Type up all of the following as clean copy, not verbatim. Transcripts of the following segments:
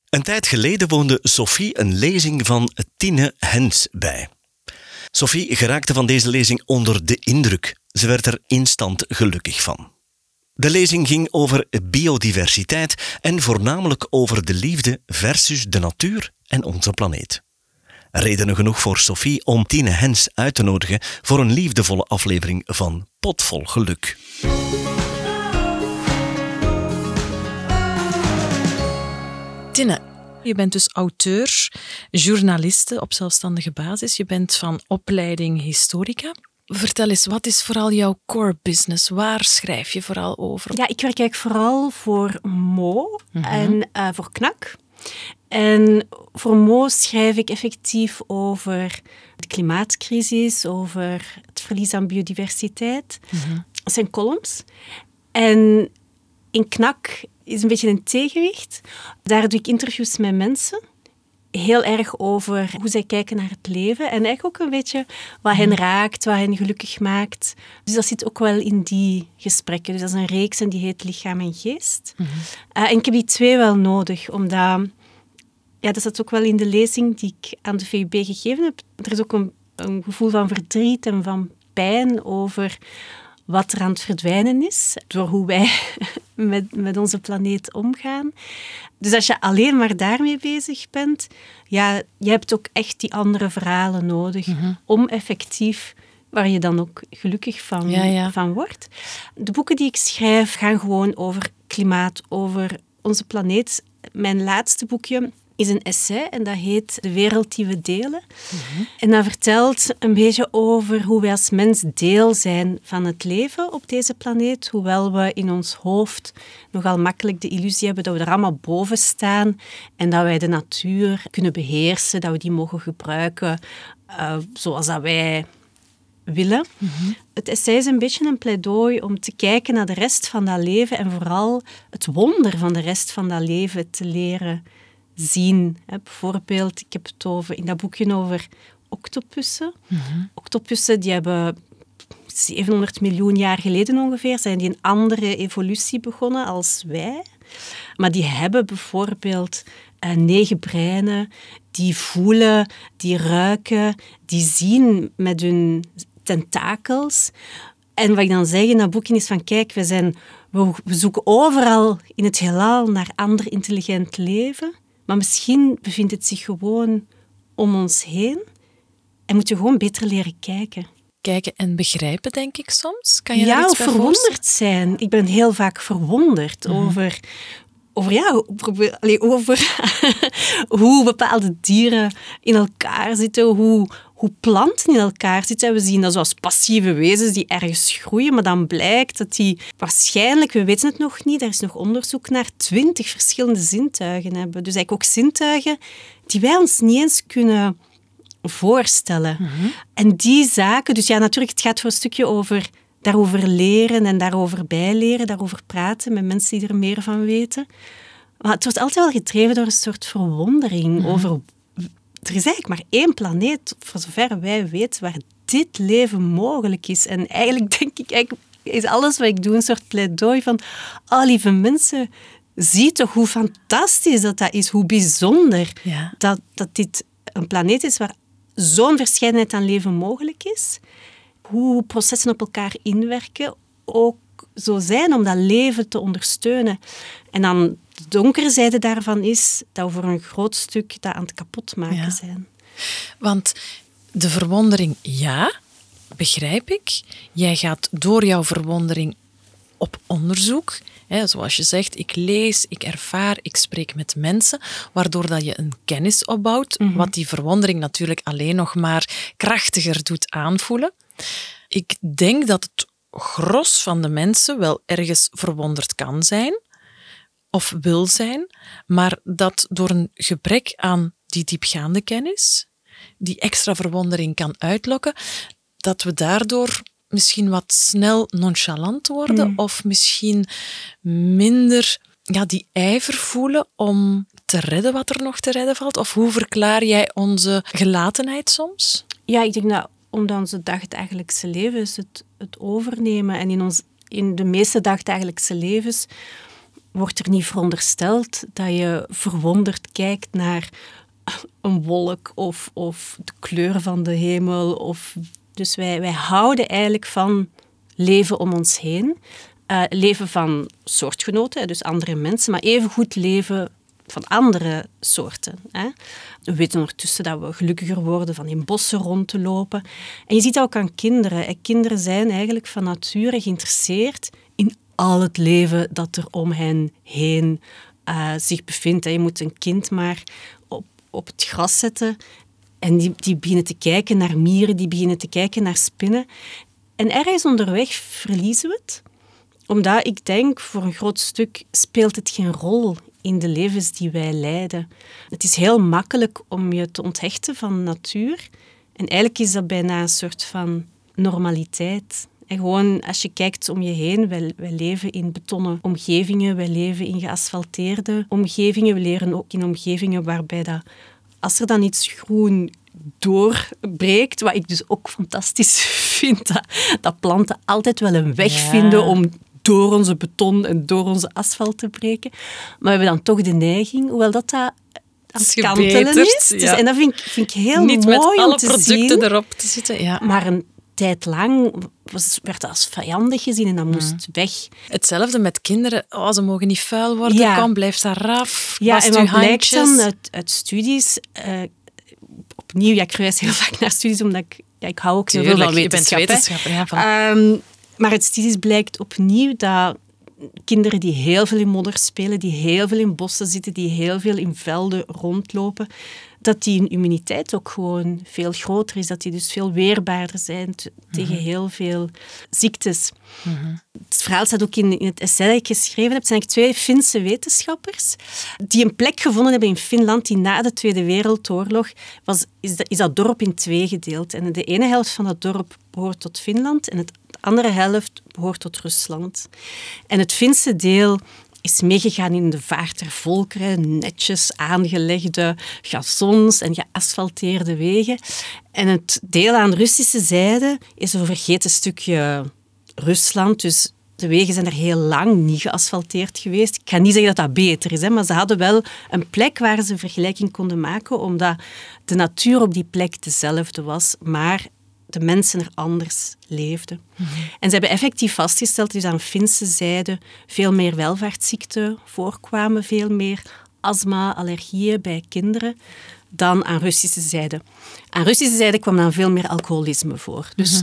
Een tijd geleden woonde Sophie een lezing van Tine Hens bij. Sophie geraakte van deze lezing onder de indruk. Ze werd er instant gelukkig van. De lezing ging over biodiversiteit en voornamelijk over de liefde versus de natuur en onze planeet. Redenen genoeg voor Sophie om Tine Hens uit te nodigen voor een liefdevolle aflevering van Potvol Geluk. Tine, je bent dus auteur, journaliste op zelfstandige basis. Je bent van opleiding historica. Vertel eens, wat is vooral jouw core business? Waar schrijf je vooral over? Ja, ik werk eigenlijk vooral voor Mo en voor KNAK. En voor Mo schrijf ik effectief over de klimaatcrisis, over het verlies aan biodiversiteit. Dat zijn columns. En in KNAK is een beetje een tegenwicht. Daar doe ik interviews met mensen. Heel erg over hoe zij kijken naar het leven. En eigenlijk ook een beetje wat hen raakt, wat hen gelukkig maakt. Dus dat zit ook wel in die gesprekken. Dus dat is een reeks en die heet Lichaam en Geest. En ik heb die twee wel nodig, omdat... Ja, dat zat ook wel in de lezing die ik aan de VUB gegeven heb. Er is ook een gevoel van verdriet en van pijn over wat er aan het verdwijnen is, door hoe wij met onze planeet omgaan. Dus als je alleen maar daarmee bezig bent, ja, je hebt ook echt die andere verhalen nodig om effectief, waar je dan ook gelukkig van wordt. De boeken die ik schrijf gaan gewoon over klimaat, over onze planeet. Mijn laatste boekje is een essay en dat heet De wereld die we delen. En dat vertelt een beetje over hoe wij als mens deel zijn van het leven op deze planeet, hoewel we in ons hoofd nogal makkelijk de illusie hebben dat we er allemaal boven staan en dat wij de natuur kunnen beheersen, dat we die mogen gebruiken zoals dat wij willen. Het essay is een beetje een pleidooi om te kijken naar de rest van dat leven en vooral het wonder van de rest van dat leven te leren zien. Bijvoorbeeld, ik heb het in dat boekje over octopussen. Octopussen die hebben 700 miljoen jaar geleden ongeveer, zijn die een andere evolutie begonnen als wij. Maar die hebben bijvoorbeeld 9 breinen, die voelen, die ruiken, die zien met hun tentakels. En wat ik dan zeg in dat boekje is van, kijk, we zoeken overal in het heelal naar ander intelligent leven, maar misschien bevindt het zich gewoon om ons heen en moet je gewoon beter leren kijken. Kijken en begrijpen, denk ik soms. Kan je daar iets bij verwonderd zijn. Ik ben heel vaak verwonderd over hoe bepaalde dieren in elkaar zitten, hoe planten in elkaar zitten. We zien dat zoals passieve wezens die ergens groeien, maar dan blijkt dat die waarschijnlijk, we weten het nog niet, er is nog onderzoek naar, 20 verschillende zintuigen hebben. Dus eigenlijk ook zintuigen die wij ons niet eens kunnen voorstellen. En die zaken, dus ja, natuurlijk, het gaat voor een stukje over daarover leren en daarover bijleren, daarover praten met mensen die er meer van weten. Maar het wordt altijd wel gedreven door een soort verwondering over... Er is eigenlijk maar 1 planeet, voor zover wij weten, waar dit leven mogelijk is. En eigenlijk denk ik, is alles wat ik doe een soort pleidooi van... lieve mensen, zie toch hoe fantastisch dat is, hoe bijzonder dat dit een planeet is waar zo'n verscheidenheid aan leven mogelijk is. Hoe processen op elkaar inwerken ook zo zijn om dat leven te ondersteunen. En dan de donkere zijde daarvan is dat we voor een groot stuk dat aan het kapotmaken zijn. Want de verwondering, begrijp ik. Jij gaat door jouw verwondering op onderzoek. Zoals je zegt, ik lees, ik ervaar, ik spreek met mensen, waardoor dat je een kennis opbouwt, wat die verwondering natuurlijk alleen nog maar krachtiger doet aanvoelen. Ik denk dat het gros van de mensen wel ergens verwonderd kan zijn, of wil zijn, maar dat door een gebrek aan die diepgaande kennis, die extra verwondering kan uitlokken, dat we daardoor misschien wat snel nonchalant worden of misschien minder die ijver voelen om te redden wat er nog te redden valt? Of hoe verklaar jij onze gelatenheid soms? Ja, ik denk dat omdat onze dagdagelijkse levens het overnemen en in de meeste dagdagelijkse levens wordt er niet verondersteld dat je verwonderd kijkt naar een wolk of de kleur van de hemel. Dus wij houden eigenlijk van leven om ons heen. Leven van soortgenoten, dus andere mensen, maar evengoed leven van andere soorten. Hè. We weten ondertussen dat we gelukkiger worden van in bossen rond te lopen. En je ziet dat ook aan kinderen. Kinderen zijn eigenlijk van nature geïnteresseerd in al het leven dat er om hen heen zich bevindt. Je moet een kind maar op het gras zetten en die beginnen te kijken naar mieren, die beginnen te kijken naar spinnen. En ergens onderweg verliezen we het. Omdat ik denk, voor een groot stuk speelt het geen rol in de levens die wij leiden. Het is heel makkelijk om je te onthechten van natuur. En eigenlijk is dat bijna een soort van normaliteit. En gewoon, als je kijkt om je heen, wij leven in betonnen omgevingen, wij leven in geasfalteerde omgevingen, we leren ook in omgevingen waarbij dat, als er dan iets groen doorbreekt, wat ik dus ook fantastisch vind, dat planten altijd wel een weg vinden om door onze beton en door onze asfalt te breken. Maar we hebben dan toch de neiging, hoewel dat aan het kantelen is. Ja. Dus, en dat vind ik heel niet mooi om te zien. Niet met alle producten erop te zitten. Ja. Maar een tijd lang werd dat als vijandig gezien en dat moest weg. Hetzelfde met kinderen. Oh, ze mogen niet vuil worden. Kom, blijf daar af. Ja, en wat blijkt dan uit studies... opnieuw, ik verwijs heel vaak naar studies, omdat ik hou ook heel veel van wetenschap. Je bent wetenschapper, maar uit studies blijkt opnieuw dat kinderen die heel veel in modder spelen, die heel veel in bossen zitten, die heel veel in velden rondlopen, dat die hun immuniteit ook gewoon veel groter is, dat die dus veel weerbaarder zijn tegen heel veel ziektes. Het verhaal staat ook in het essay dat ik geschreven heb. Het zijn eigenlijk 2 Finse wetenschappers die een plek gevonden hebben in Finland die na de Tweede Wereldoorlog is dat dorp in 2 gedeeld. En de ene helft van dat dorp behoort tot Finland en de andere helft behoort tot Rusland. En het Finse deel is meegegaan in de vaart der volkeren, netjes aangelegde gazons en geasfalteerde wegen. En het deel aan de Russische zijde is een vergeten stukje Rusland, dus de wegen zijn er heel lang niet geasfalteerd geweest. Ik ga niet zeggen dat dat beter is, maar ze hadden wel een plek waar ze een vergelijking konden maken, omdat de natuur op die plek dezelfde was, maar de mensen er anders leefden. En ze hebben effectief vastgesteld dat aan de Finse zijde veel meer welvaartsziekten voorkwamen, veel meer astma, allergieën bij kinderen dan aan Russische zijde. Aan Russische zijde kwam dan veel meer alcoholisme voor. Dus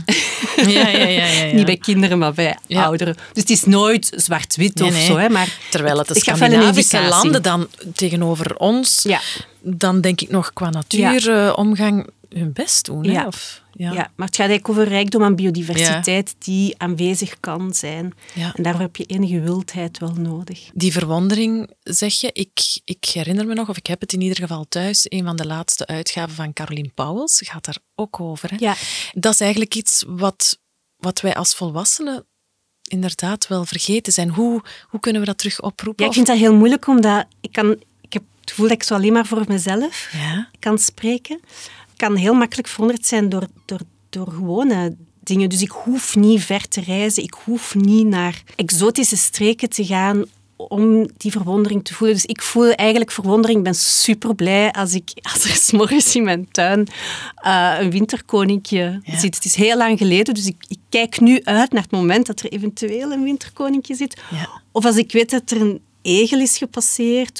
niet bij kinderen, maar bij ouderen. Dus het is nooit zwart-wit of zo. Hè, maar terwijl het de Scandinavische landen dan tegenover ons, dan denk ik nog qua natuuromgang hun best doen. Hè? Ja, maar het gaat eigenlijk over rijkdom aan biodiversiteit die aanwezig kan zijn. Ja. En daarvoor heb je enige wildheid wel nodig. Die verwondering, zeg je, ik herinner me nog, of ik heb het in ieder geval thuis, een van de laatste uitgaven van Caroline Pauwels gaat daar ook over. Hè? Ja. Dat is eigenlijk iets wat wij als volwassenen inderdaad wel vergeten zijn. Hoe kunnen we dat terug oproepen? Ja, ik vind dat heel moeilijk, omdat ik heb het gevoel dat ik zo alleen maar voor mezelf kan spreken. Ik kan heel makkelijk veranderd zijn door gewone dingen. Dus ik hoef niet ver te reizen. Ik hoef niet naar exotische streken te gaan om die verwondering te voelen. Dus ik voel eigenlijk verwondering. Ik ben super blij als er 's morgens in mijn tuin een winterkoninkje zit. Het is heel lang geleden, dus ik kijk nu uit naar het moment dat er eventueel een winterkoninkje zit. Ja. Of als ik weet dat er een egel is gepasseerd.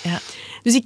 Dus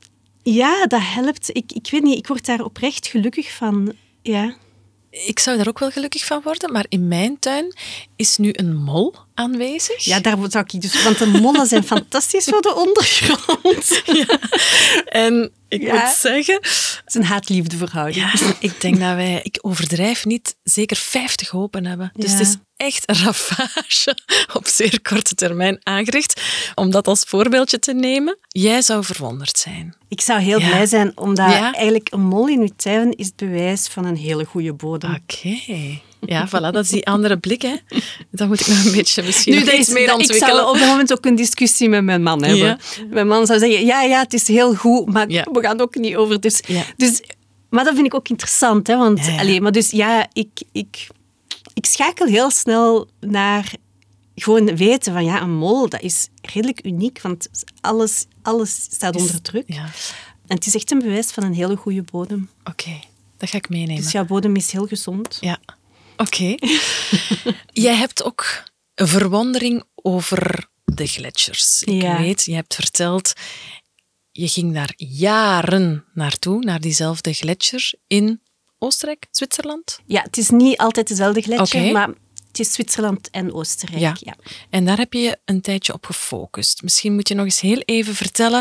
ja, dat helpt. Ik weet niet, ik word daar oprecht gelukkig van. Ja. Ik zou daar ook wel gelukkig van worden, maar in mijn tuin is nu een mol aanwezig. Ja, daar zou ik dus... Want de mollen zijn fantastisch voor de ondergrond. Ja. En ik moet zeggen... Het is een haat-liefde verhouding. Ja, ik denk dat ik overdrijf niet, zeker 50 hopen hebben. Dus het is echt een ravage op zeer korte termijn aangericht. Om dat als voorbeeldje te nemen. Jij zou verwonderd zijn. Ik zou heel blij zijn, omdat eigenlijk een mol in uw tuin is het bewijs van een hele goede bodem. Oké. Ja, voilà, dat is die andere blik, hè. Dan moet ik nog een beetje misschien iets meer ontwikkelen. Ik zou op dat moment ook een discussie met mijn man hebben. Ja. Mijn man zou zeggen, ja, het is heel goed, maar we gaan ook niet over. Dus, maar dat vind ik ook interessant, hè. Want, maar dus ik schakel heel snel naar gewoon weten van een mol, dat is redelijk uniek, want alles staat onder druk. Ja. En het is echt een bewijs van een hele goede bodem. Oké, dat ga ik meenemen. Dus jouw bodem is heel gezond. Ja, oké. Jij hebt ook een verwondering over de gletsjers. Ik weet, je hebt verteld, je ging daar jaren naartoe, naar diezelfde gletsjer in Oostenrijk, Zwitserland? Ja, het is niet altijd dezelfde gletsjer, Oké. maar het is Zwitserland en Oostenrijk. Ja. En daar heb je je een tijdje op gefocust. Misschien moet je nog eens heel even vertellen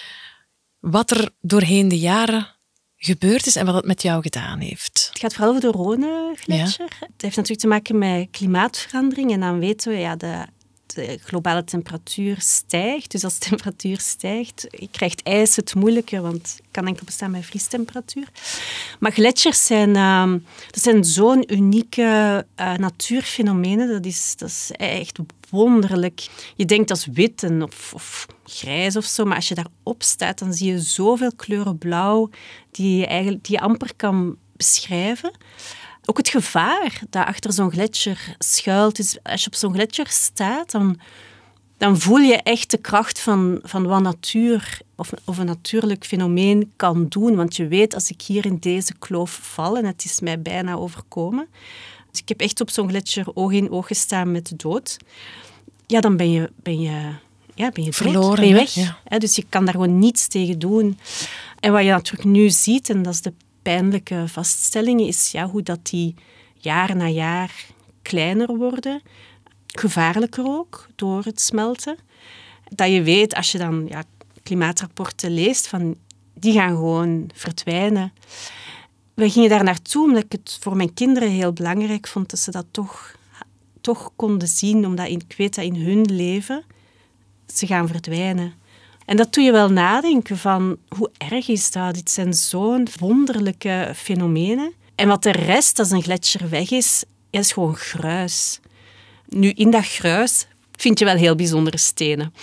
wat er doorheen de jaren gebeurd is en wat het met jou gedaan heeft. Het gaat vooral over de Rhône-gletsjer. Het heeft natuurlijk te maken met klimaatverandering. En dan weten we, de globale temperatuur stijgt. Dus als de temperatuur stijgt, krijgt ijs het moeilijke, want het kan enkel bestaan met vriestemperatuur. Maar gletsjers zijn zo'n unieke natuurfenomenen. Dat is echt wonderlijk. Je denkt dat is wit of grijs of zo, maar als je daarop staat, dan zie je zoveel kleuren blauw die je amper kan beschrijven. Ook het gevaar dat achter zo'n gletsjer schuilt. Dus als je op zo'n gletsjer staat, dan voel je echt de kracht van wat natuur of een natuurlijk fenomeen kan doen. Want je weet, als ik hier in deze kloof val, en het is mij bijna overkomen. Dus ik heb echt op zo'n gletsjer oog in oog gestaan met de dood. Ja, dan ben je verloren, dood, ben je weg. Ja. Dus je kan daar gewoon niets tegen doen. En wat je natuurlijk nu ziet, en dat is de pijnlijke vaststelling, is hoe dat die jaar na jaar kleiner worden. Gevaarlijker ook, door het smelten. Dat je weet, als je dan klimaatrapporten leest, van die gaan gewoon verdwijnen. We gingen daar naartoe omdat ik het voor mijn kinderen heel belangrijk vond dat ze dat toch konden zien, omdat ik weet dat in hun leven ze gaan verdwijnen. En dat doe je wel nadenken van, hoe erg is dat? Dit zijn zo'n wonderlijke fenomenen. En wat de rest, als een gletsjer weg is gewoon gruis. Nu, in dat gruis vind je wel heel bijzondere stenen.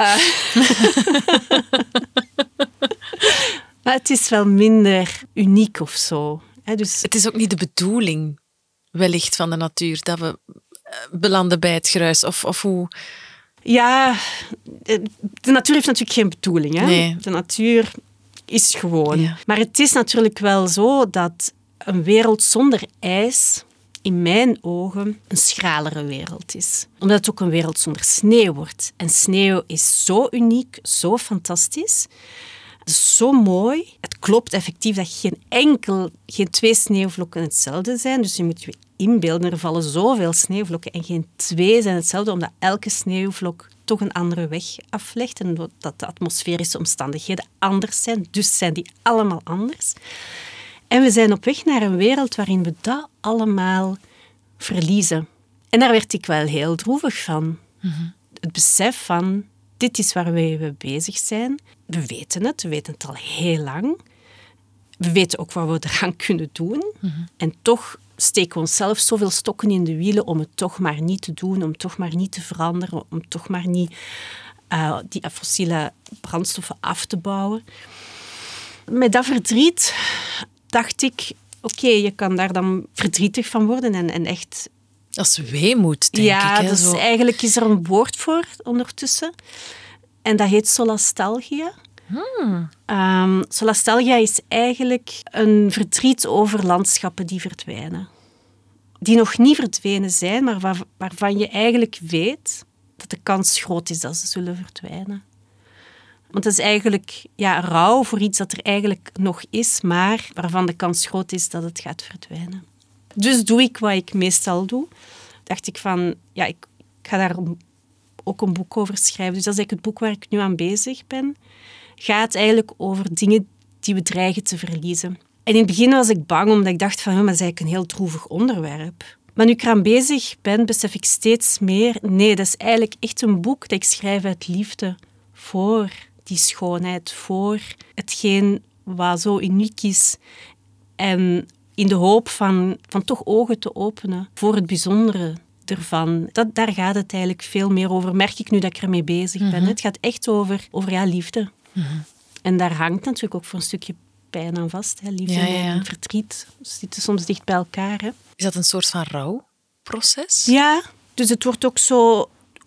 Maar het is wel minder uniek of zo. Dus Het is ook niet de bedoeling, wellicht, van de natuur, dat we belanden bij het gruis. Of hoe... ja, de natuur heeft natuurlijk geen bedoeling. Hè? Nee. De natuur is gewoon. Ja. Maar het is natuurlijk wel zo dat een wereld zonder ijs in mijn ogen een schralere wereld is. Omdat het ook een wereld zonder sneeuw wordt. En sneeuw is zo uniek, zo fantastisch. Het is zo mooi. Het klopt effectief dat geen 2 sneeuwvlokken hetzelfde zijn. Dus je moet je inbeelden, er vallen zoveel sneeuwvlokken en geen 2 zijn hetzelfde, omdat elke sneeuwvlok toch een andere weg aflegt en dat de atmosferische omstandigheden anders zijn. Dus zijn die allemaal anders. En we zijn op weg naar een wereld waarin we dat allemaal verliezen. En daar werd ik wel heel droevig van. Mm-hmm. Het besef van, dit is waar we bezig zijn. We weten het al heel lang. We weten ook wat we eraan kunnen doen. Mm-hmm. En toch steken we onszelf zoveel stokken in de wielen om het toch maar niet te doen, om toch maar niet te veranderen, om toch maar niet die fossiele brandstoffen af te bouwen. Met dat verdriet dacht ik, oké, je kan daar dan verdrietig van worden en echt... Dat is weemoed, denk ik. Ja, Hè, dus eigenlijk is er een woord voor ondertussen. En dat heet solastalgia. Solastalgia is eigenlijk een verdriet over landschappen die verdwijnen. Die nog niet verdwenen zijn, maar waarvan je eigenlijk weet dat de kans groot is dat ze zullen verdwijnen. Want het is eigenlijk rouw voor iets dat er eigenlijk nog is, maar waarvan de kans groot is dat het gaat verdwijnen. Dus doe ik wat ik meestal doe. Dacht ik van, ik ga daar ook een boek over schrijven. Dus dat is eigenlijk het boek waar ik nu aan bezig ben. Gaat eigenlijk over dingen die we dreigen te verliezen. En in het begin was ik bang, omdat ik dacht van, maar dat is eigenlijk een heel droevig onderwerp. Maar nu ik eraan bezig ben, besef ik steeds meer, nee, dat is eigenlijk echt een boek dat ik schrijf uit liefde voor die schoonheid, voor hetgeen wat zo uniek is. En in de hoop van toch ogen te openen voor het bijzondere ervan. Daar gaat het eigenlijk veel meer over, merk ik nu dat ik ermee bezig ben. Mm-hmm. Het gaat echt over liefde. Mm-hmm. En daar hangt natuurlijk ook voor een stukje pijn aan vast. Hè. Liefde en verdriet zitten soms dicht bij elkaar. Hè. Is dat een soort van rouwproces? Ja, dus het wordt ook zo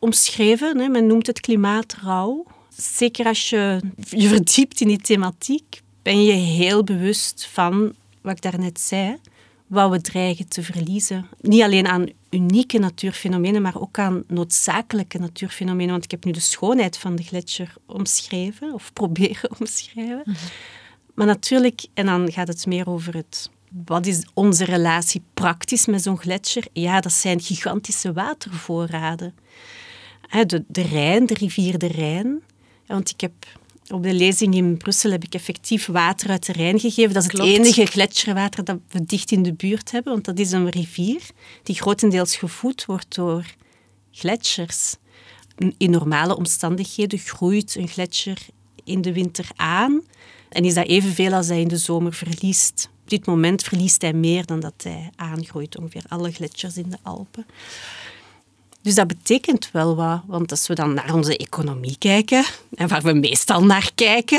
omschreven. Hè. Men noemt het klimaatrouw. Zeker als je je verdiept in die thematiek, ben je heel bewust van, wat ik daarnet zei, wat we dreigen te verliezen. Niet alleen aan unieke natuurfenomenen, maar ook aan noodzakelijke natuurfenomenen. Want ik heb nu de schoonheid van de gletsjer omschreven, of proberen omschrijven. Mm-hmm. Maar natuurlijk, en dan gaat het meer over wat is onze relatie praktisch met zo'n gletsjer? Ja, dat zijn gigantische watervoorraden. De Rijn, de rivier de Rijn. Want ik heb op de lezing in Brussel heb ik effectief water uit de Rijn gegeven. Dat is het enige gletsjerwater dat we dicht in de buurt hebben. Want dat is een rivier die grotendeels gevoed wordt door gletsjers. In normale omstandigheden groeit een gletsjer in de winter aan. En is dat evenveel als hij in de zomer verliest. Op dit moment verliest hij meer dan dat hij aangroeit. Ongeveer alle gletsjers in de Alpen. Dus dat betekent wel wat, want als we dan naar onze economie kijken, en waar we meestal naar kijken,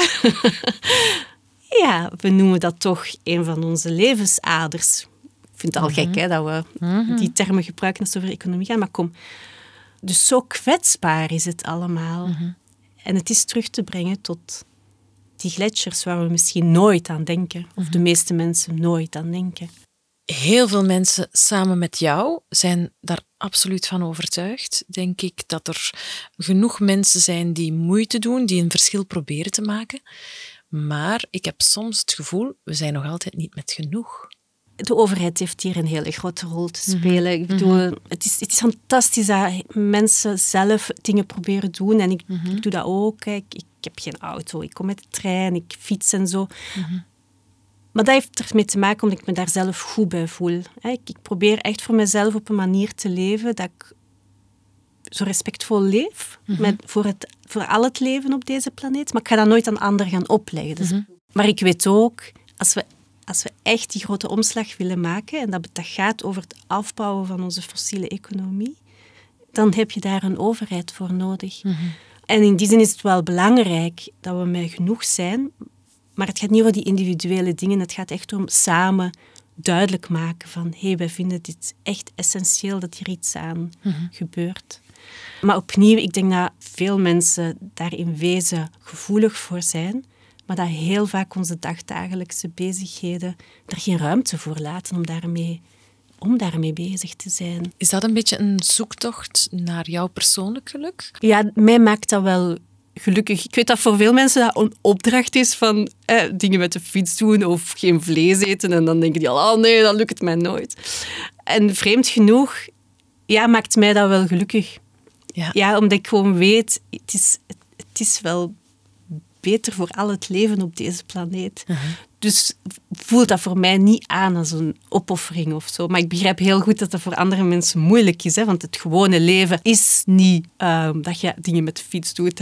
ja, we noemen dat toch een van onze levensaders. Ik vind het al gek hè, dat we die termen gebruiken als het over economie gaat, maar kom. Dus zo kwetsbaar is het allemaal. En het is terug te brengen tot die gletsjers waar we misschien nooit aan denken, of de meeste mensen nooit aan denken. Heel veel mensen samen met jou zijn daar absoluut van overtuigd. Denk ik dat er genoeg mensen zijn die moeite doen, die een verschil proberen te maken. Maar ik heb soms het gevoel, we zijn nog altijd niet met genoeg. De overheid heeft hier een hele grote rol te spelen. Ik bedoel, het is fantastisch dat mensen zelf dingen proberen doen. En ik doe dat ook. Ik heb geen auto, ik kom met de trein, ik fiets en zo. Maar dat heeft ermee te maken omdat ik me daar zelf goed bij voel. Ik probeer echt voor mezelf op een manier te leven dat ik zo respectvol leef voor al het leven op deze planeet. Maar ik ga dat nooit aan anderen gaan opleggen. Dus, maar ik weet ook, als we echt die grote omslag willen maken, en dat gaat over het afbouwen van onze fossiele economie, dan heb je daar een overheid voor nodig. En in die zin is het wel belangrijk dat we met genoeg zijn. Maar het gaat niet over die individuele dingen. Het gaat echt om samen duidelijk maken van wij vinden dit echt essentieel dat hier iets aan gebeurt. Maar opnieuw, ik denk dat veel mensen daar in wezen gevoelig voor zijn, maar dat heel vaak onze dagdagelijkse bezigheden er geen ruimte voor laten om daarmee bezig te zijn. Is dat een beetje een zoektocht naar jouw persoonlijk geluk? Ja, mij maakt dat wel gelukkig. Ik weet dat voor veel mensen dat een opdracht is van dingen met de fiets doen of geen vlees eten. En dan denken die al, oh nee, dat lukt mij nooit. En vreemd genoeg, maakt mij dat wel gelukkig. Ja, omdat ik gewoon weet, het is wel beter voor al het leven op deze planeet. Dus voelt dat voor mij niet aan als een opoffering of zo. Maar ik begrijp heel goed dat dat voor andere mensen moeilijk is. Hè? Want het gewone leven is niet dat je dingen met de fiets doet.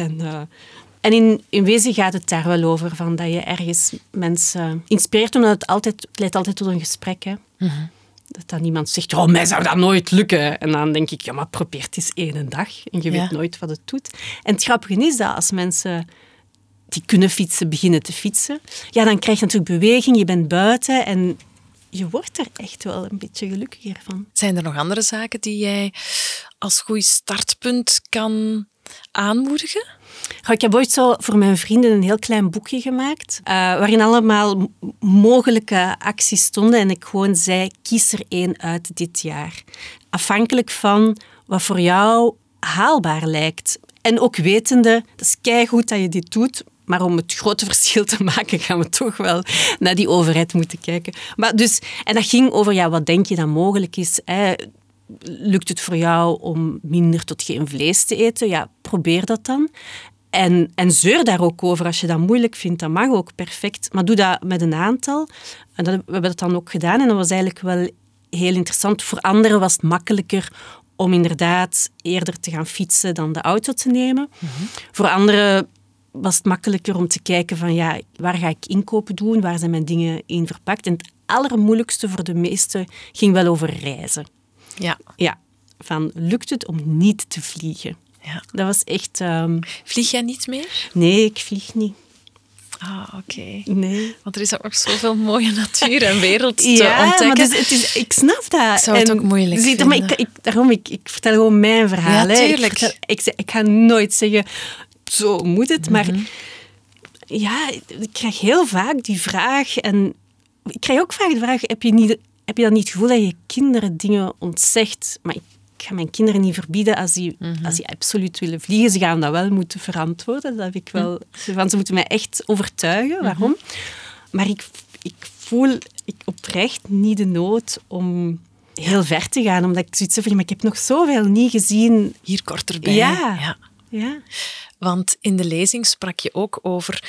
En in wezen gaat het daar wel over. Van dat je ergens mensen inspireert. Omdat het leidt altijd tot een gesprek. Hè? Dat dan iemand zegt, oh, mij zou dat nooit lukken. En dan denk ik, ja, maar probeer het eens 1 dag. En je weet nooit wat het doet. En het grappige is dat als mensen die kunnen fietsen, beginnen te fietsen, dan krijg je natuurlijk beweging, je bent buiten en je wordt er echt wel een beetje gelukkiger van. Zijn er nog andere zaken die jij als goed startpunt kan aanmoedigen? Ik heb ooit zo voor mijn vrienden een heel klein boekje gemaakt, waarin allemaal mogelijke acties stonden en ik gewoon zei, kies er 1 uit dit jaar. Afhankelijk van wat voor jou haalbaar lijkt. En ook wetende, dat is keigoed dat je dit doet, maar om het grote verschil te maken, gaan we toch wel naar die overheid moeten kijken. En dat ging over, wat denk je dat mogelijk is? Lukt het voor jou om minder tot geen vlees te eten? Ja, probeer dat dan. En zeur daar ook over. Als je dat moeilijk vindt, dat mag ook perfect. Maar doe dat met een aantal. En we hebben dat dan ook gedaan. En dat was eigenlijk wel heel interessant. Voor anderen was het makkelijker om inderdaad eerder te gaan fietsen dan de auto te nemen. Voor anderen was het makkelijker om te kijken van waar ga ik inkopen doen, waar zijn mijn dingen in verpakt. En het allermoeilijkste voor de meesten ging wel over reizen. Ja, van lukt het om niet te vliegen? Ja. Dat was echt... Vlieg jij niet meer? Nee, ik vlieg niet. Ah, oké. Nee. Want er is ook nog zoveel mooie natuur en wereld te Ja, ontdekken. maar dus, ik snap dat. Ik zou het ook moeilijk vinden. Maar ik vertel gewoon mijn verhaal. Ja, hè. tuurlijk. Ik ga nooit zeggen, zo moet het. Maar ja, ik krijg heel vaak die vraag. En ik krijg ook vaak de vraag, heb je dan niet het gevoel dat je kinderen dingen ontzegt? Maar ik ga mijn kinderen niet verbieden als die absoluut willen vliegen. Ze gaan dat wel moeten verantwoorden. Dat heb ik wel. Ze moeten mij echt overtuigen. Waarom? Maar ik voel oprecht niet de nood om heel ver te gaan. Omdat ik zoiets heb van, maar ik heb nog zoveel niet gezien. Hier kort erbij. Ja. Want in de lezing sprak je ook over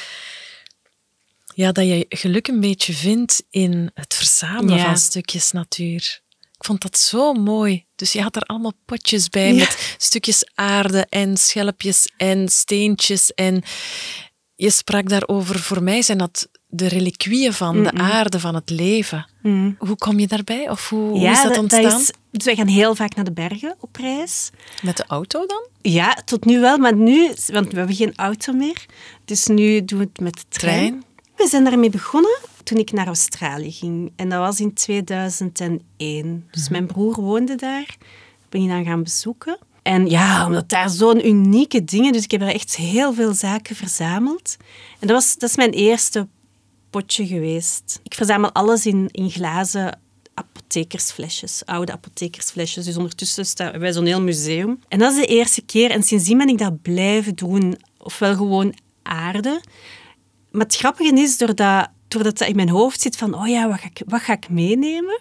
dat je geluk een beetje vindt in het verzamelen van stukjes natuur. Ik vond dat zo mooi. Dus je had er allemaal potjes bij met stukjes aarde en schelpjes en steentjes. En je sprak daarover, voor mij zijn dat de reliquieën van de aarde, van het leven. Hoe kom je daarbij? Of hoe is dat ontstaan? Dus wij gaan heel vaak naar de bergen op reis. Met de auto dan? Ja, tot nu wel. Maar nu, want we hebben geen auto meer. Dus nu doen we het met de trein. We zijn daarmee begonnen toen ik naar Australië ging. En dat was in 2001. Dus mijn broer woonde daar. Ik ben die dan gaan bezoeken. En ja, omdat daar zo'n unieke dingen... Dus ik heb er echt heel veel zaken verzameld. En dat is mijn eerste potje geweest. Ik verzamel alles in glazen apothekersflesjes, oude apothekersflesjes. Dus ondertussen hebben wij zo'n heel museum. En dat is de eerste keer. En sindsdien ben ik dat blijven doen. Ofwel gewoon aarde. Maar het grappige is, doordat dat in mijn hoofd zit van, oh ja, wat ga ik meenemen?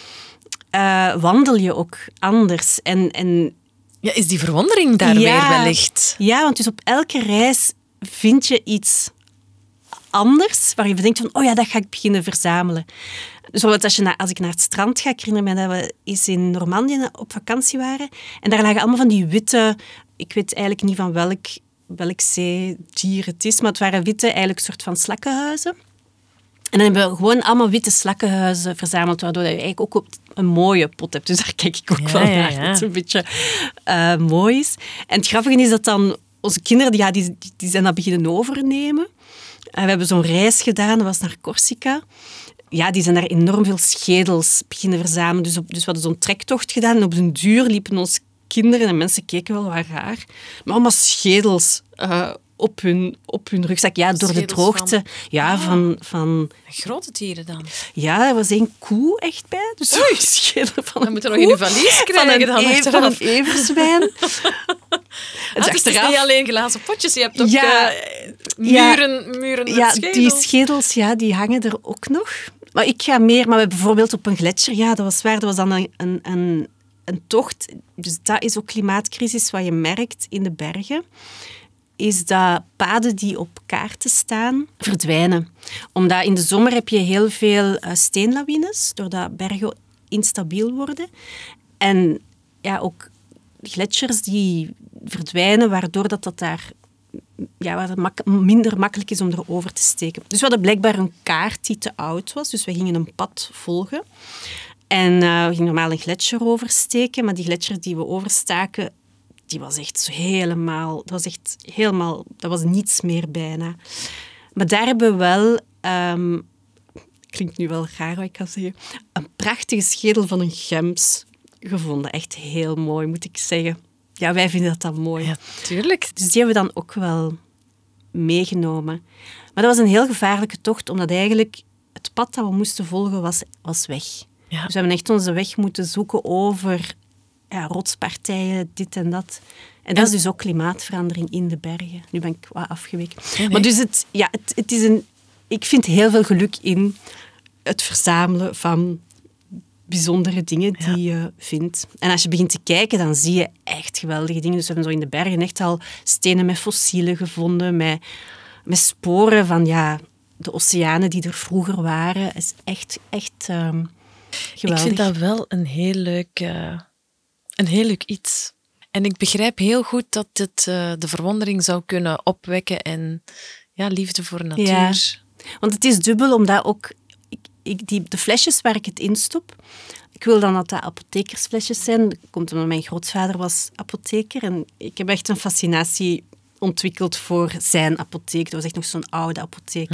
Wandel je ook anders. En ja, is die verwondering daar weer wellicht? Ja, want dus op elke reis vind je iets anders, waar je denkt van, oh ja, dat ga ik beginnen verzamelen. Bijvoorbeeld als ik naar het strand ga, ik herinner me dat we eens in Normandië op vakantie waren. En daar lagen allemaal van die witte, ik weet eigenlijk niet van welk zeedier het is, maar het waren witte, eigenlijk een soort van slakkenhuizen. En dan hebben we gewoon allemaal witte slakkenhuizen verzameld, waardoor je eigenlijk ook op een mooie pot hebt. Dus daar kijk ik ook wel naar, dat het een beetje mooi is. En het grappige is dat dan onze kinderen, die zijn dat beginnen overnemen. We hebben zo'n reis gedaan, dat was naar Corsica. Ja, die zijn daar enorm veel schedels beginnen verzamelen. Dus we hadden zo'n trektocht gedaan en op den duur liepen onze kinderen en mensen keken wel wat raar. Maar allemaal schedels op hun rugzak. Ja, door de droogte. Van grote dieren dan? Ja, er was één koe echt bij. Dus een schedel van dan moet je nog in je valies krijgen. Van een everzwijn. Dus het is niet alleen glazen potjes, je hebt ook muren met schedels. Die schedels, die hangen er ook nog. Maar ik ga meer, maar bijvoorbeeld op een gletsjer, dat was waar, dat was dan een tocht. Dus dat is ook klimaatcrisis, wat je merkt in de bergen. Is dat paden die op kaarten staan verdwijnen. Omdat in de zomer heb je heel veel steenlawines, doordat bergen instabiel worden. En ja, ook gletsjers die verdwijnen, waardoor dat daar waar het minder makkelijk is om erover te steken. Dus we hadden blijkbaar een kaart die te oud was, dus we gingen een pad volgen. En we gingen normaal een gletsjer oversteken, maar die gletsjer die we overstaken, die was echt helemaal... Dat was niets meer bijna. Maar daar hebben we wel... klinkt nu wel raar wat ik ga zeggen. Een prachtige schedel van een gems gevonden. Echt heel mooi, moet ik zeggen. Ja, wij vinden dat dan mooi. Ja, tuurlijk. Dus die hebben we dan ook wel meegenomen. Maar dat was een heel gevaarlijke tocht, omdat eigenlijk het pad dat we moesten volgen was weg. Ja. Dus we hebben echt onze weg moeten zoeken over rotspartijen, dit en dat. En dat is dus ook klimaatverandering in de bergen. Nu ben ik wat afgeweken. Nee. Maar dus het is ik vind heel veel geluk in het verzamelen van bijzondere dingen die je vindt. En als je begint te kijken, dan zie je echt geweldige dingen. Dus we hebben zo in de bergen echt al stenen met fossielen gevonden, met sporen van de oceanen die er vroeger waren. Het is echt geweldig. Ik vind dat wel een heel leuk iets. En ik begrijp heel goed dat het de verwondering zou kunnen opwekken en liefde voor natuur. Ja, want het is dubbel, omdat ook de flesjes waar ik het in stop, ik wil dan dat apothekersflesjes zijn. Dat komt omdat mijn grootvader was apotheker en ik heb echt een fascinatie ontwikkeld voor zijn apotheek. Dat was echt nog zo'n oude apotheek.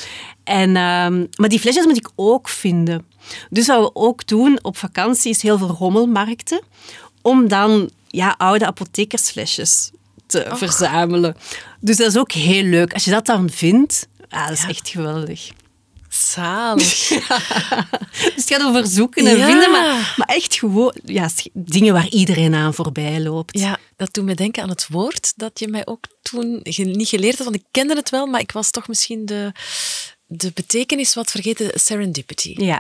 Maar die flesjes moet ik ook vinden. Dus wat we ook doen op vakantie is heel veel rommelmarkten, om dan oude apothekersflesjes te verzamelen. Dus dat is ook heel leuk. Als je dat dan vindt, dat is echt geweldig. Zalig. Dus het gaat over zoeken en vinden, maar echt gewoon dingen waar iedereen aan voorbij loopt. Ja, dat doet me denken aan het woord dat je mij ook toen niet geleerd had, want ik kende het wel, maar ik was toch misschien de betekenis wat vergeten, serendipity. Ja,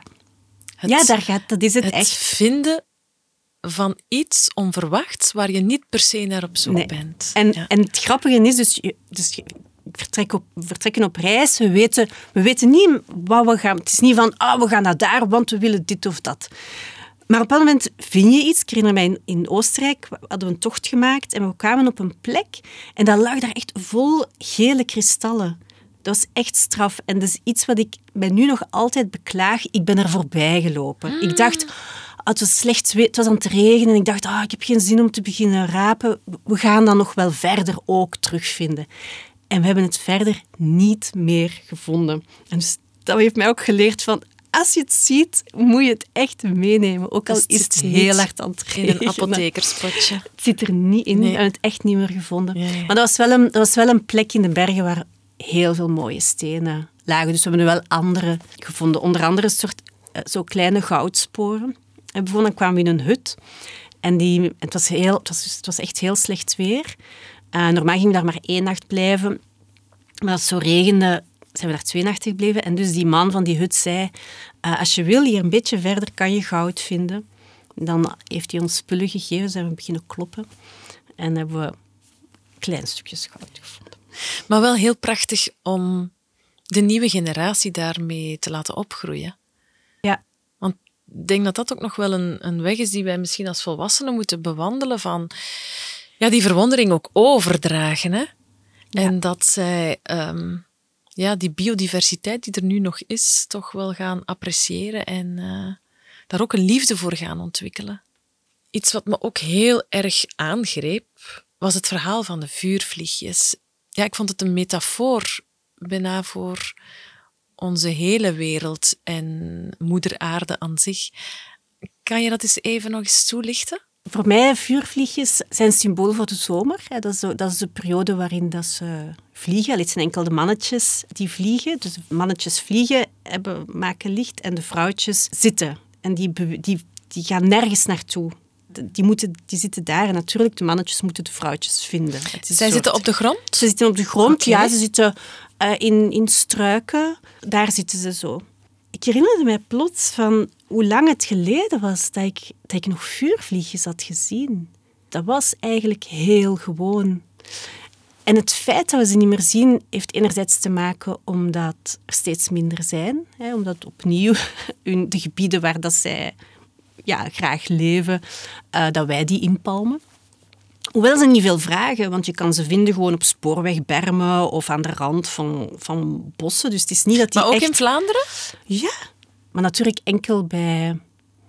dat is het echt. Het vinden van iets onverwachts waar je niet per se naar op zoek bent. En het grappige is, dus vertrekken op reis, we weten niet wat we gaan. Het is niet van, we gaan naar daar, want we willen dit of dat. Maar op een moment vind je iets. Ik herinner mij, in Oostenrijk hadden we een tocht gemaakt en we kwamen op een plek en dat lag daar echt vol gele kristallen. Dat was echt straf. En dat is iets wat ik mij nu nog altijd beklaag. Ik ben er voorbij gelopen. Ik dacht, het was slecht weer, het was aan het regenen en ik dacht, ik heb geen zin om te beginnen rapen. We gaan dat nog wel verder ook terugvinden. En we hebben het verder niet meer gevonden. En dus dat heeft mij ook geleerd van, als je het ziet, moet je het echt meenemen. Ook al Dus is het heel hard aan het regenen. In een apothekerspotje. Het zit er niet in. We hebben het echt niet meer gevonden. Ja. Maar dat was wel een plek in de bergen waar heel veel mooie stenen lagen. Dus we hebben nu wel andere gevonden. Onder andere een soort zo kleine goudsporen. En bijvoorbeeld kwamen we in een hut. En het was echt heel slecht weer. Normaal gingen we daar maar 1 nacht blijven. Maar als het zo regende, zijn we daar 2 nachten gebleven. En dus die man van die hut zei, als je wil, hier een beetje verder kan je goud vinden. Dan heeft hij ons spullen gegeven, zijn we beginnen kloppen. En hebben we kleine stukjes goud gevonden. Maar wel heel prachtig om de nieuwe generatie daarmee te laten opgroeien. Ja. Want ik denk dat dat ook nog wel een weg is die wij misschien als volwassenen moeten bewandelen van die verwondering ook overdragen. Hè? Ja. En dat zij die biodiversiteit die er nu nog is, toch wel gaan appreciëren en daar ook een liefde voor gaan ontwikkelen. Iets wat me ook heel erg aangreep, was het verhaal van de vuurvliegjes. Ja, ik vond het een metafoor bijna voor onze hele wereld en moeder aarde aan zich. Kan je dat eens even nog eens toelichten? Voor mij, vuurvliegjes zijn symbool voor de zomer. Dat is de periode waarin dat ze vliegen. Het zijn enkel de mannetjes die vliegen. Dus de mannetjes vliegen, maken licht en de vrouwtjes zitten. En die gaan nergens naartoe. Die zitten daar en natuurlijk, de mannetjes moeten de vrouwtjes vinden. Zij zitten op de grond? Ze zitten op de grond, Okay. Ze zitten in struiken. Daar zitten ze zo. Ik herinnerde mij plots van hoe lang het geleden was dat ik nog vuurvliegjes had gezien. Dat was eigenlijk heel gewoon. En het feit dat we ze niet meer zien, heeft enerzijds te maken omdat er steeds minder zijn. Omdat opnieuw de gebieden waar dat zij graag leven, dat wij die inpalmen. Hoewel ze niet veel vragen, want je kan ze vinden gewoon op spoorwegbermen of aan de rand van bossen. Dus het is niet dat die maar ook echt... in Vlaanderen? Ja, maar natuurlijk enkel bij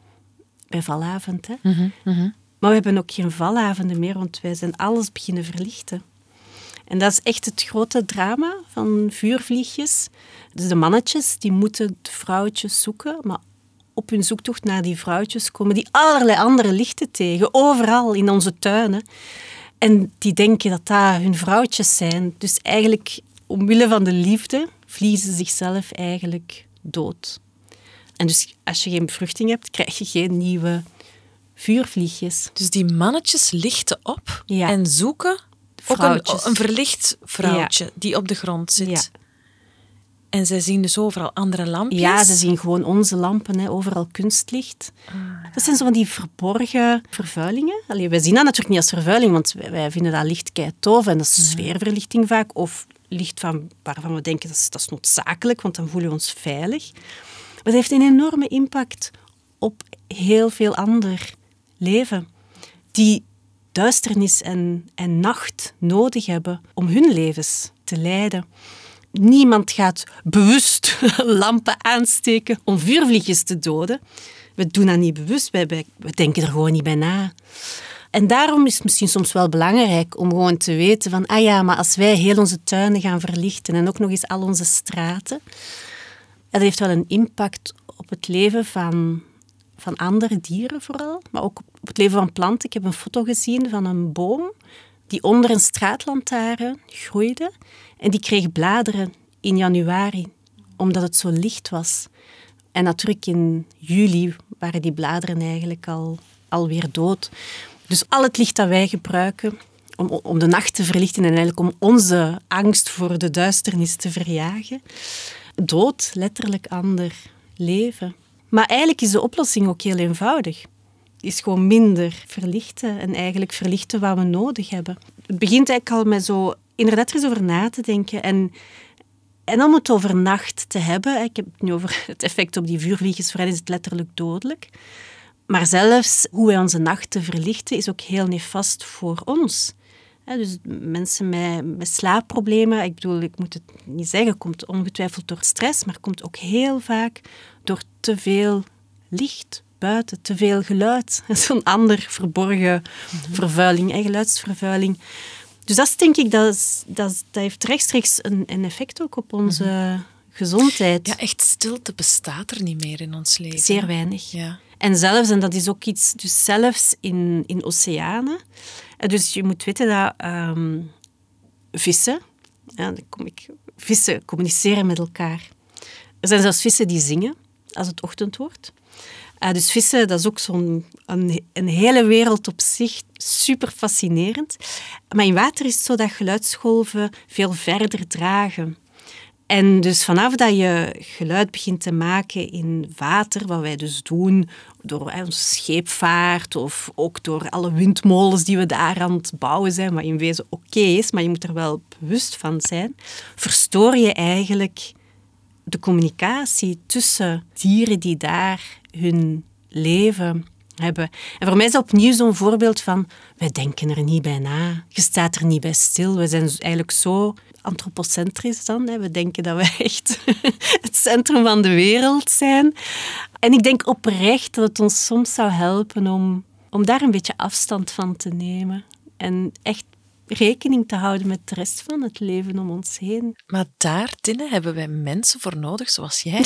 valavond. Hè. Maar we hebben ook geen valavonden meer, want wij zijn alles beginnen verlichten. En dat is echt het grote drama van vuurvliegjes. Dus de mannetjes, die moeten de vrouwtjes zoeken, maar op hun zoektocht naar die vrouwtjes komen die allerlei andere lichten tegen, overal in onze tuinen. En die denken dat dat hun vrouwtjes zijn. Dus eigenlijk, omwille van de liefde, vliegen ze zichzelf eigenlijk dood. En dus als je geen bevruchting hebt, krijg je geen nieuwe vuurvliegjes. Dus die mannetjes lichten op en zoeken ook een verlicht vrouwtje die op de grond zit. Ja. En zij zien dus overal andere lampjes? Ja, ze zien gewoon onze lampen, overal kunstlicht. Dat zijn zo van die verborgen vervuilingen. Wij zien dat natuurlijk niet als vervuiling, want wij vinden dat licht keitof en dat is sfeerverlichting vaak. Of licht waarvan we denken dat is noodzakelijk, want dan voelen we ons veilig. Maar dat heeft een enorme impact op heel veel ander leven. Die duisternis en nacht nodig hebben om hun levens te leiden. Niemand gaat bewust lampen aansteken om vuurvliegjes te doden. We doen dat niet bewust, we denken er gewoon niet bij na. En daarom is het misschien soms wel belangrijk om gewoon te weten van, maar als wij heel onze tuinen gaan verlichten en ook nog eens al onze straten, dat heeft wel een impact op het leven van andere dieren vooral, maar ook op het leven van planten. Ik heb een foto gezien van een boom die onder een straatlantaarn groeide en die kreeg bladeren in januari, omdat het zo licht was. En natuurlijk in juli waren die bladeren eigenlijk alweer dood. Dus al het licht dat wij gebruiken om de nacht te verlichten en eigenlijk om onze angst voor de duisternis te verjagen, dood letterlijk ander leven. Maar eigenlijk is de oplossing ook heel eenvoudig. Het is gewoon minder verlichten en eigenlijk verlichten wat we nodig hebben. Het begint eigenlijk al met zo inderdaad er eens over na te denken en om het over nacht te hebben. Ik heb het nu over het effect op die vuurvliegjes, voor hen is het letterlijk dodelijk. Maar zelfs hoe wij onze nachten verlichten is ook heel nefast voor ons. Dus mensen met slaapproblemen, ik bedoel, ik moet het niet zeggen, komt ongetwijfeld door stress, maar komt ook heel vaak door te veel licht buiten, te veel geluid. Zo'n ander verborgen vervuiling, geluidsvervuiling. Dus dat is, denk ik, dat heeft rechtstreeks een effect ook op onze gezondheid. Ja, echt stilte bestaat er niet meer in ons leven. Zeer weinig. Ja. En zelfs, en dat is ook iets, dus zelfs in oceanen. Dus je moet weten dat vissen, vissen communiceren met elkaar. Er zijn zelfs vissen die zingen als het ochtend wordt. Dus vissen, dat is ook een hele wereld op zich, super fascinerend. Maar in water is het zo dat geluidsgolven veel verder dragen. En dus vanaf dat je geluid begint te maken in water, wat wij dus doen door onze scheepvaart of ook door alle windmolens die we daar aan het bouwen zijn, wat in wezen oké is, maar je moet er wel bewust van zijn, verstoor je eigenlijk de communicatie tussen dieren die daar hun leven hebben. En voor mij is dat opnieuw zo'n voorbeeld van, wij denken er niet bij na. Je staat er niet bij stil. We zijn eigenlijk zo antropocentrisch dan. We denken dat we echt het centrum van de wereld zijn. En ik denk oprecht dat het ons soms zou helpen om daar een beetje afstand van te nemen. En echt rekening te houden met de rest van het leven om ons heen. Maar daar, Tinne, hebben wij mensen voor nodig, zoals jij,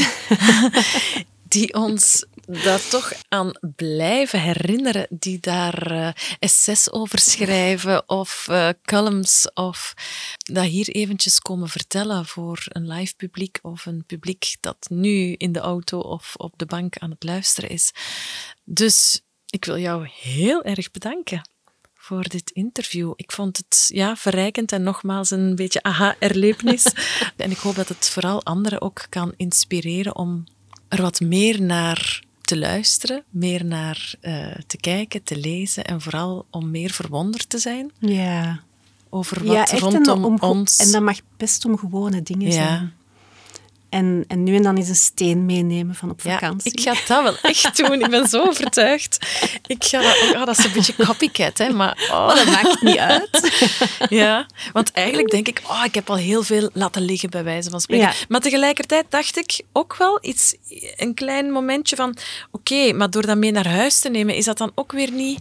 die ons daar toch aan blijven herinneren, die daar essays over schrijven of columns of dat hier eventjes komen vertellen voor een live publiek of een publiek dat nu in de auto of op de bank aan het luisteren is. Dus ik wil jou heel erg bedanken voor dit interview. Ik vond het verrijkend en nogmaals een beetje aha-erlevenis. En ik hoop dat het vooral anderen ook kan inspireren om er wat meer naar te luisteren, meer naar te kijken, te lezen en vooral om meer verwonderd te zijn over wat rondom ons. En dat mag best om gewone dingen zijn. En nu en dan eens een steen meenemen van op vakantie. Ik ga dat wel echt doen. Ik ben zo overtuigd. Ik ga dat... dat is een beetje copycat, hè. Maar dat maakt niet uit. Ja, want eigenlijk denk ik... ik heb al heel veel laten liggen, bij wijze van spreken. Ja. Maar tegelijkertijd dacht ik ook wel een klein momentje van... Oké, maar door dat mee naar huis te nemen, is dat dan ook weer niet...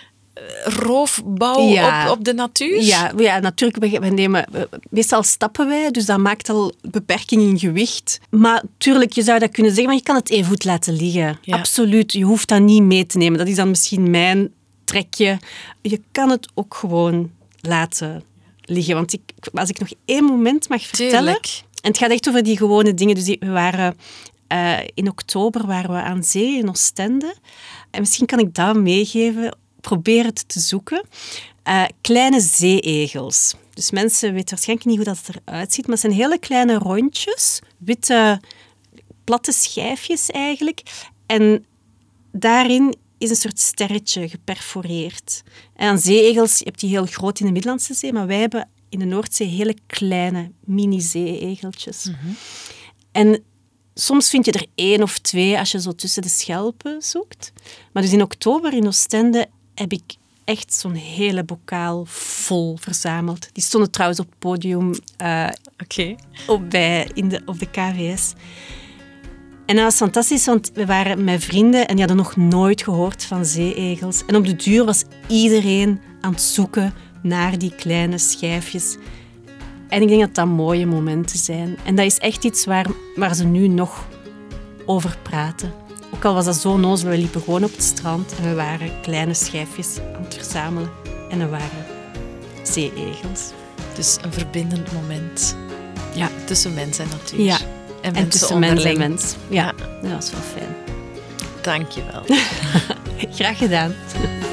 roofbouw op de natuur? Ja, natuurlijk. Meestal stappen wij, dus dat maakt al beperking in gewicht. Maar tuurlijk, je zou dat kunnen zeggen, maar je kan het even goed laten liggen. Ja. Absoluut, je hoeft dat niet mee te nemen. Dat is dan misschien mijn trekje. Je kan het ook gewoon laten liggen. Want als ik nog één moment mag vertellen... Tuurlijk. En het gaat echt over die gewone dingen. Dus we waren... in oktober waren we aan zee in Oostende. En misschien kan ik dat meegeven... Probeer het te zoeken. Kleine zeeegels. Dus mensen weten waarschijnlijk niet hoe dat eruit ziet, maar het zijn hele kleine rondjes, witte, platte schijfjes eigenlijk. En daarin is een soort sterretje geperforeerd. En aan zeeegels, je hebt die heel groot in de Middellandse Zee, maar wij hebben in de Noordzee hele kleine mini-zeeegeltjes. Mm-hmm. En soms vind je er 1 of 2 als je zo tussen de schelpen zoekt. Maar dus in oktober in Oostende heb ik echt zo'n hele bokaal vol verzameld. Die stonden trouwens op het podium op de KVS. En dat was fantastisch, want we waren met vrienden en die hadden nog nooit gehoord van zeeegels. En op de duur was iedereen aan het zoeken naar die kleine schijfjes. En ik denk dat dat mooie momenten zijn. En dat is echt iets waar ze nu nog over praten. Ook al was dat zo onnozel, we liepen gewoon op het strand en we waren kleine schijfjes aan het verzamelen. En dat waren zeeegels. Dus een verbindend moment. Ja. Tussen mens en natuur. Ja. En En tussen mens en onderling. mens. Ja, dat was wel fijn. Dank je wel. Graag gedaan.